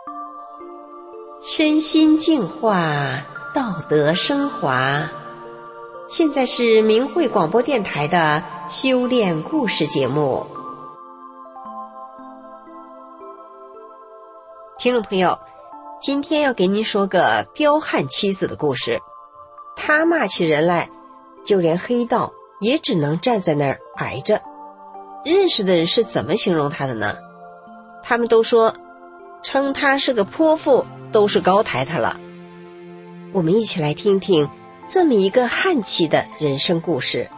身心净化，道德升华。现在是明慧广播电台的修炼故事节目。听众朋友，今天要给您说个彪悍妻子的故事。他骂起人来，就连黑道也只能站在那儿挨着。认识的人是怎么形容他的呢？他们都说称他是个泼妇都是高抬他了。我们一起来听听这么一个悍气的人生故事。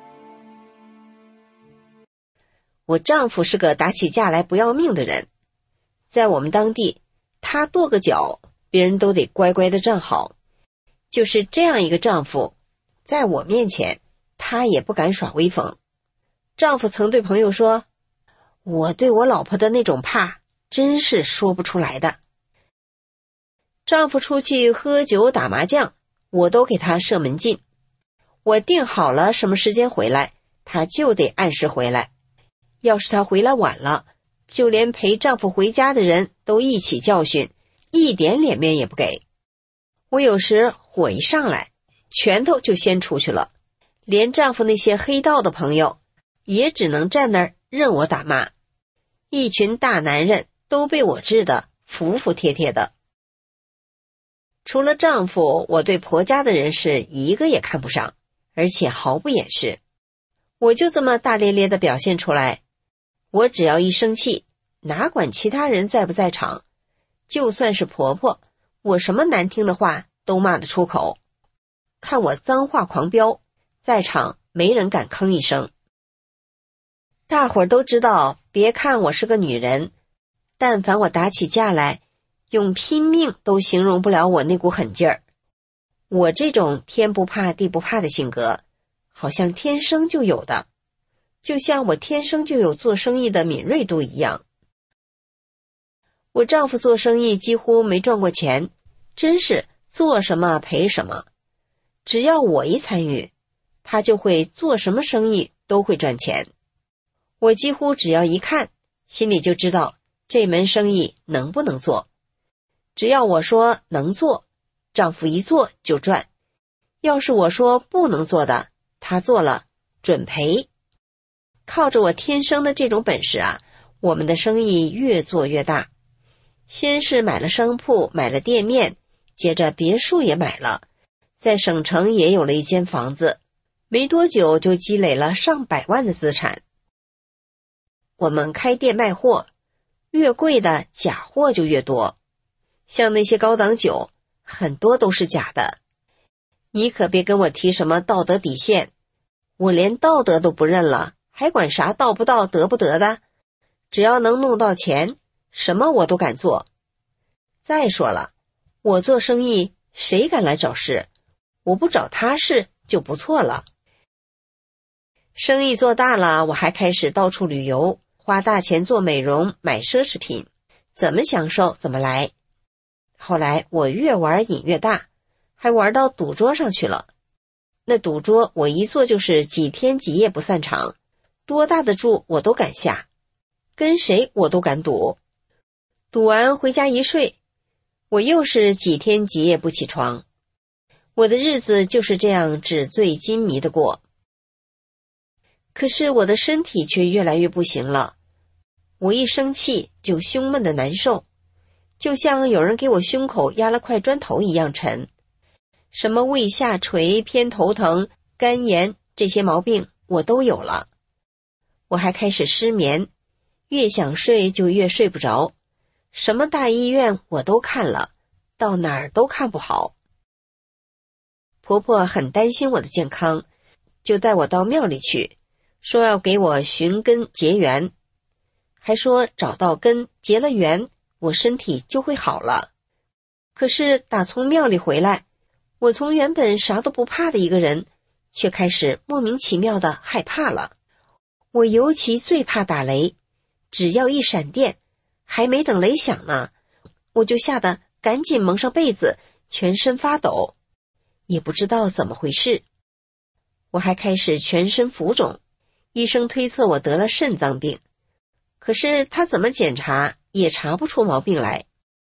我丈夫是个打起架来不要命的人，在我们当地，他跺个脚，别人都得乖乖的站好。就是这样一个丈夫，在我面前，他也不敢耍威风。丈夫曾对朋友说，我对我老婆的那种怕，真是说不出来的。丈夫出去喝酒打麻将，我都给他设门禁。我定好了什么时间回来，他就得按时回来。要是他回来晚了，就连陪丈夫回家的人都一起教训，一点脸面也不给。我有时火一上来，拳头就先出去了，连丈夫那些黑道的朋友也只能站那儿任我打骂。一群大男人都被我治得服服帖帖的。除了丈夫，我对婆家的人是一个也看不上，而且毫不掩饰。我就这么大咧咧地表现出来。我只要一生气，哪管其他人在不在场，就算是婆婆，我什么难听的话都骂得出口。看我脏话狂飙，在场没人敢吭一声。大伙儿都知道，别看我是个女人，但凡我打起架来，用拼命都形容不了我那股狠劲儿。我这种天不怕地不怕的性格，好像天生就有的，就像我天生就有做生意的敏锐度一样。我丈夫做生意几乎没赚过钱，真是做什么赔什么。只要我一参与，他就会做什么生意都会赚钱。我几乎只要一看，心里就知道这门生意能不能做。只要我说能做，丈夫一做就赚。要是我说不能做的，他做了准赔。靠着我天生的这种本事啊，我们的生意越做越大。先是买了商铺，买了店面，接着别墅也买了，在省城也有了一间房子，没多久就积累了上百万的资产。我们开店卖货，越贵的假货就越多，像那些高档酒，很多都是假的。你可别跟我提什么道德底线，我连道德都不认了，还管啥道不道得不得的？只要能弄到钱，什么我都敢做。再说了，我做生意谁敢来找事？我不找他事就不错了。生意做大了，我还开始到处旅游，花大钱做美容，买奢侈品，怎么享受怎么来。后来我越玩瘾越大，还玩到赌桌上去了。那赌桌我一坐就是几天几夜不散场，多大的注我都敢下，跟谁我都敢赌。赌完回家一睡，我又是几天几夜不起床。我的日子就是这样纸醉金迷的过。可是我的身体却越来越不行了，我一生气就胸闷的难受，就像有人给我胸口压了块砖头一样沉。什么胃下垂、偏头疼、肝炎，这些毛病我都有了。我还开始失眠，越想睡就越睡不着，什么大医院我都看了，到哪儿都看不好。婆婆很担心我的健康，就带我到庙里去，说要给我寻根结缘，还说找到根结了缘，我身体就会好了。可是打从庙里回来，我从原本啥都不怕的一个人，却开始莫名其妙的害怕了。我尤其最怕打雷，只要一闪电，还没等雷响呢，我就吓得赶紧蒙上被子，全身发抖，也不知道怎么回事。我还开始全身浮肿，医生推测我得了肾脏病，可是他怎么检查也查不出毛病来。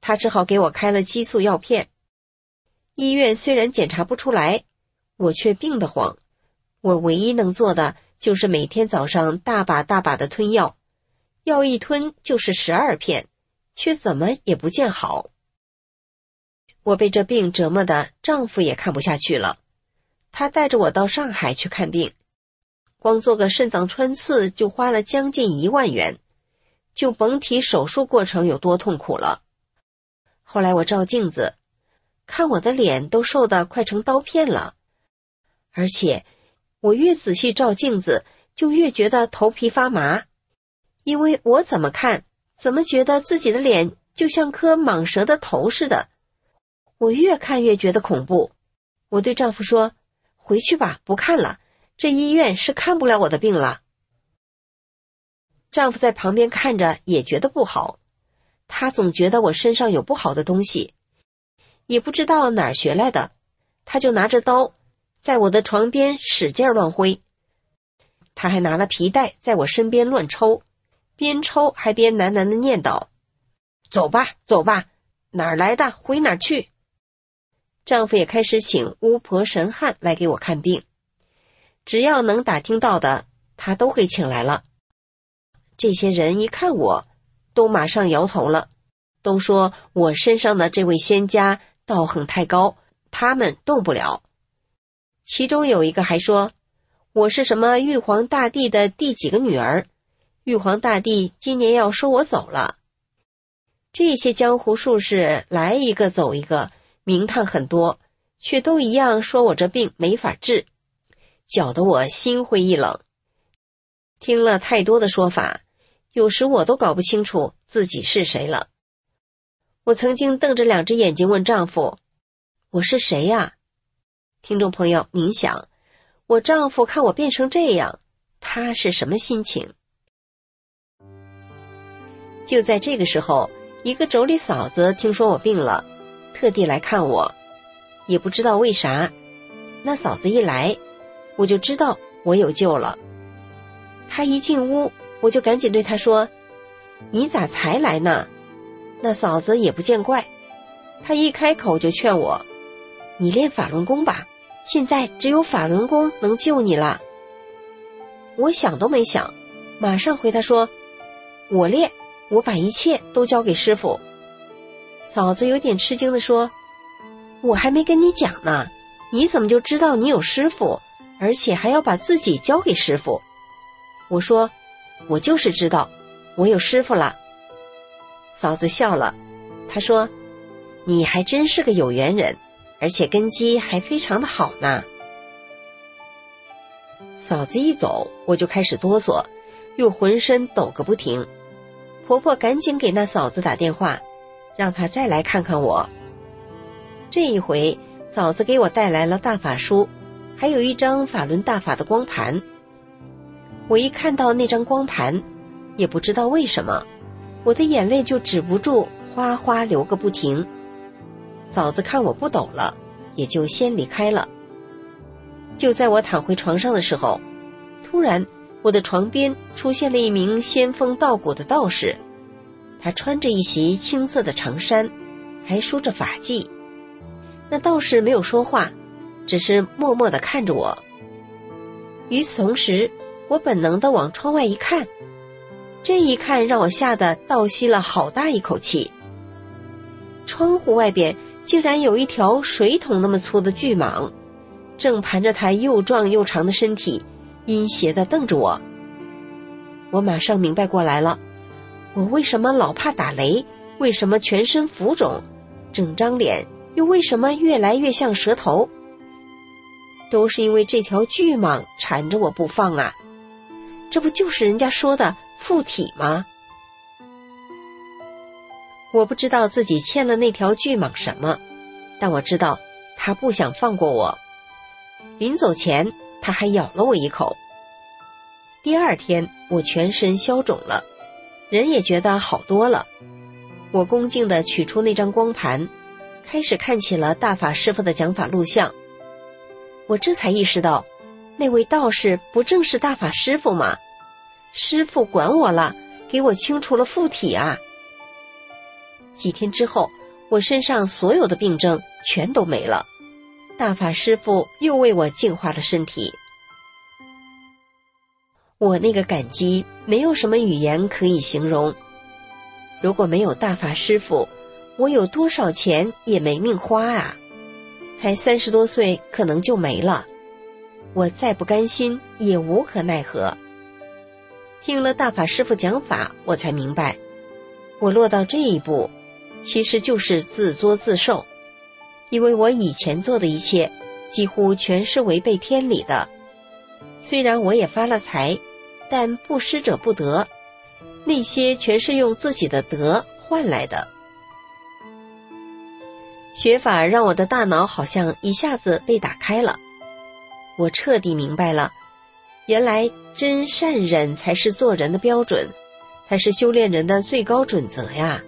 他只好给我开了激素药片。医院虽然检查不出来，我却病得慌。我唯一能做的就是每天早上大把大把的吞药，药一吞就是12片，却怎么也不见好。我被这病折磨的丈夫也看不下去了，他带着我到上海去看病，光做个肾脏穿刺就花了将近1万元，就甭提手术过程有多痛苦了。后来我照镜子，看我的脸都瘦得快成刀片了，而且我越仔细照镜子就越觉得头皮发麻，因为我怎么看怎么觉得自己的脸就像颗蟒蛇的头似的。我越看越觉得恐怖，我对丈夫说，回去吧，不看了，这医院是看不了我的病了。丈夫在旁边看着也觉得不好，他总觉得我身上有不好的东西，也不知道哪儿学来的，他就拿着刀在我的床边使劲乱挥，他还拿了皮带在我身边乱抽，边抽还边喃喃地念叨，走吧走吧，哪儿来的回哪儿去。丈夫也开始请巫婆神汉来给我看病，只要能打听到的他都给请来了。这些人一看我都马上摇头了，都说我身上的这位仙家道行太高，他们动不了。其中有一个还说我是什么玉皇大帝的第几个女儿，玉皇大帝今年要收我走了。这些江湖术士来一个走一个，名堂很多，却都一样说我这病没法治，搅得我心灰意冷。听了太多的说法，有时我都搞不清楚自己是谁了。我曾经瞪着2只眼睛问丈夫，我是谁呀？听众朋友，您想，我丈夫看我变成这样，他是什么心情？就在这个时候，一个妯娌嫂子听说我病了，特地来看我，也不知道为啥，那嫂子一来，我就知道我有救了。她一进屋，我就赶紧对她说，你咋才来呢？那嫂子也不见怪，她一开口就劝我，你练法轮功吧，现在只有法轮功能救你了。我想都没想，马上回她说，我练，我把一切都交给师父。嫂子有点吃惊地说，我还没跟你讲呢，你怎么就知道你有师父，而且还要把自己交给师父？我说，我就是知道我有师父了。嫂子笑了，她说，你还真是个有缘人，而且根基还非常的好呢。嫂子一走，我就开始哆嗦，又浑身抖个不停。婆婆赶紧给那嫂子打电话，让她再来看看我。这一回，嫂子给我带来了大法书，还有一张法轮大法的光盘。我一看到那张光盘，也不知道为什么，我的眼泪就止不住哗哗流个不停。嫂子看我不抖了，也就先离开了。就在我躺回床上的时候，突然我的床边出现了一名仙风道骨的道士，他穿着一袭青色的长衫，还梳着发髻。那道士没有说话，只是默默地看着我。与此同时，我本能地往窗外一看，这一看让我吓得倒吸了好大一口气。窗户外边竟然有一条水桶那么粗的巨蟒，正盘着它又壮又长的身体，阴邪地瞪着我。我马上明白过来了，我为什么老怕打雷，为什么全身浮肿，整张脸又为什么越来越像蛇头，都是因为这条巨蟒缠着我不放啊！这不就是人家说的附体吗？我不知道自己欠了那条巨蟒什么，但我知道他不想放过我。临走前，他还咬了我一口。第2天，我全身消肿了，人也觉得好多了。我恭敬地取出那张光盘，开始看起了大法师父的讲法录像。我这才意识到，那位道士不正是大法师父吗？师父管我了，给我清除了附体啊！几天之后， 我身上所有的病症全都没了。大法师父又为我净化了身体。我那个感激没有什么语言可以形容。如果没有大法师父，我有多少钱也没命花啊！才30多岁可能就没了。我再不甘心也无可奈何。听了大法师父讲法，我才明白，我落到这一步其实就是自作自受。因为我以前做的一切几乎全是违背天理的。虽然我也发了财，但布施者不得，那些全是用自己的德换来的。学法让我的大脑好像一下子被打开了，我彻底明白了，原来真善忍才是做人的标准，才是修炼人的最高准则呀。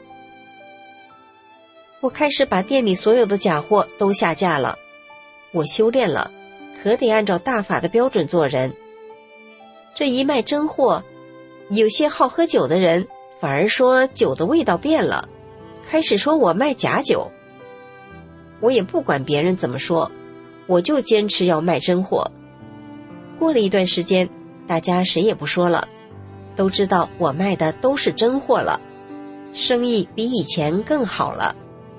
我开始把店里所有的假货都下架了。我修炼了，可得按照大法的标准做人。这一卖真货，有些好喝酒的人反而说酒的味道变了，开始说我卖假酒。我也不管别人怎么说，我就坚持要卖真货。过了一段时间，大家谁也不说了，都知道我卖的都是真货了，生意比以前更好了。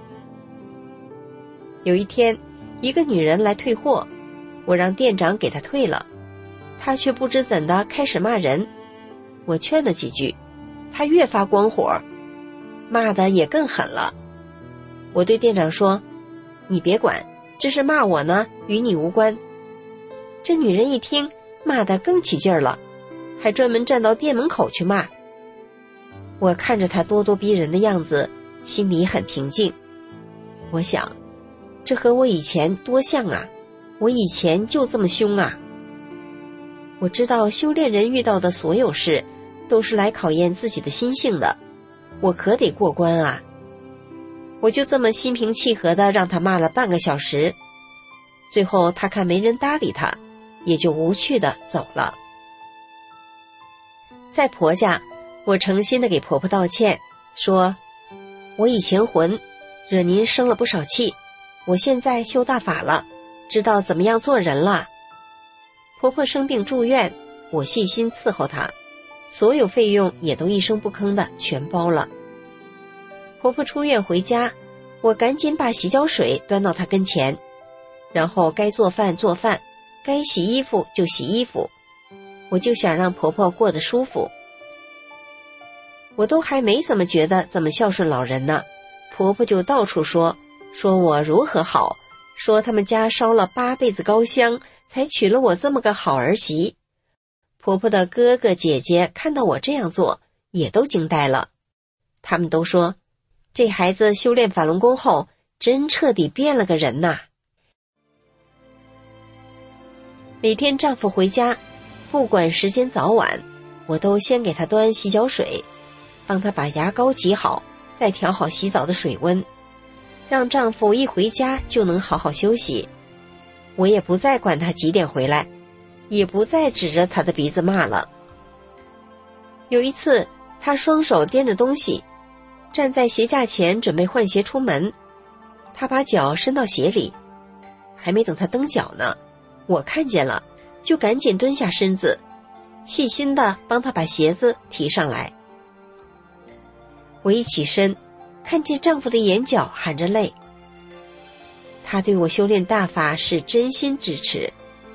有一天，一个女人来退货，我让店长给她退了，她却不知怎的开始骂人。我劝了几句，她越发光火，骂得也更狠了。我对店长说，你别管，这是骂我呢，与你无关。这女人一听，骂得更起劲儿了，还专门站到店门口去骂。我看着她咄咄逼人的样子，心里很平静。我想，这和我以前多像啊，我以前就这么凶啊。我知道修炼人遇到的所有事都是来考验自己的心性的，我可得过关啊。我就这么心平气和地让他骂了半个小时，最后他看没人搭理他，也就无趣地走了。在婆家，我诚心地给婆婆道歉，说我以前混，惹您生了不少气，我现在修大法了，知道怎么样做人了。婆婆生病住院，我细心伺候她，所有费用也都一声不吭的全包了。婆婆出院回家，我赶紧把洗脚水端到她跟前，然后该做饭做饭，该洗衣服就洗衣服，我就想让婆婆过得舒服。我都还没怎么觉得怎么孝顺老人呢，婆婆就到处说我如何好，说他们家烧了8辈子高香才娶了我这么个好儿媳。婆婆的哥哥姐姐看到我这样做也都惊呆了，他们都说这孩子修炼法轮功后真彻底变了个人呐。每天丈夫回家，不管时间早晚，我都先给他端洗脚水，帮他把牙膏挤好，再调好洗澡的水温，让丈夫一回家就能好好休息。我也不再管他几点回来，也不再指着他的鼻子骂了。有一次，他双手掂着东西，站在鞋架前准备换鞋出门，他把脚伸到鞋里，还没等他蹬脚呢，我看见了，就赶紧蹲下身子，细心地帮他把鞋子提上来。我一起身，看见丈夫的眼角含着泪，他对我修炼大法是真心支持。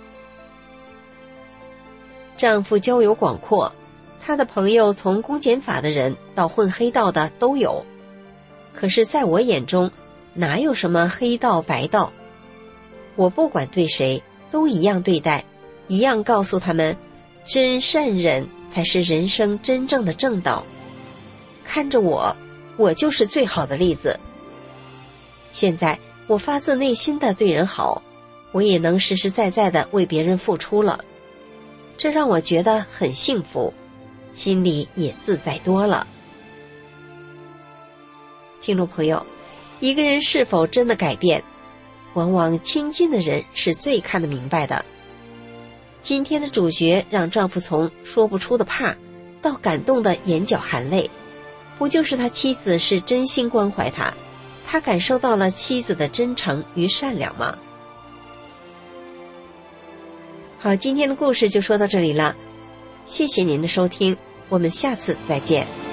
丈夫交友广阔，他的朋友从公检法的人到混黑道的都有，可是在我眼中哪有什么黑道白道，我不管对谁都一样对待，一样告诉他们真善忍才是人生真正的正道。看着我就是最好的例子。现在我发自内心的对人好，我也能实实在在的为别人付出了，这让我觉得很幸福，心里也自在多了。听众朋友，一个人是否真的改变，往往亲近的人是最看得明白的。今天的主角让丈夫从说不出的怕到感动的眼角含泪，不就是他妻子是真心关怀他， 他感受到了妻子的真诚与善良吗？好，今天的故事就说到这里了，谢谢您的收听，我们下次再见。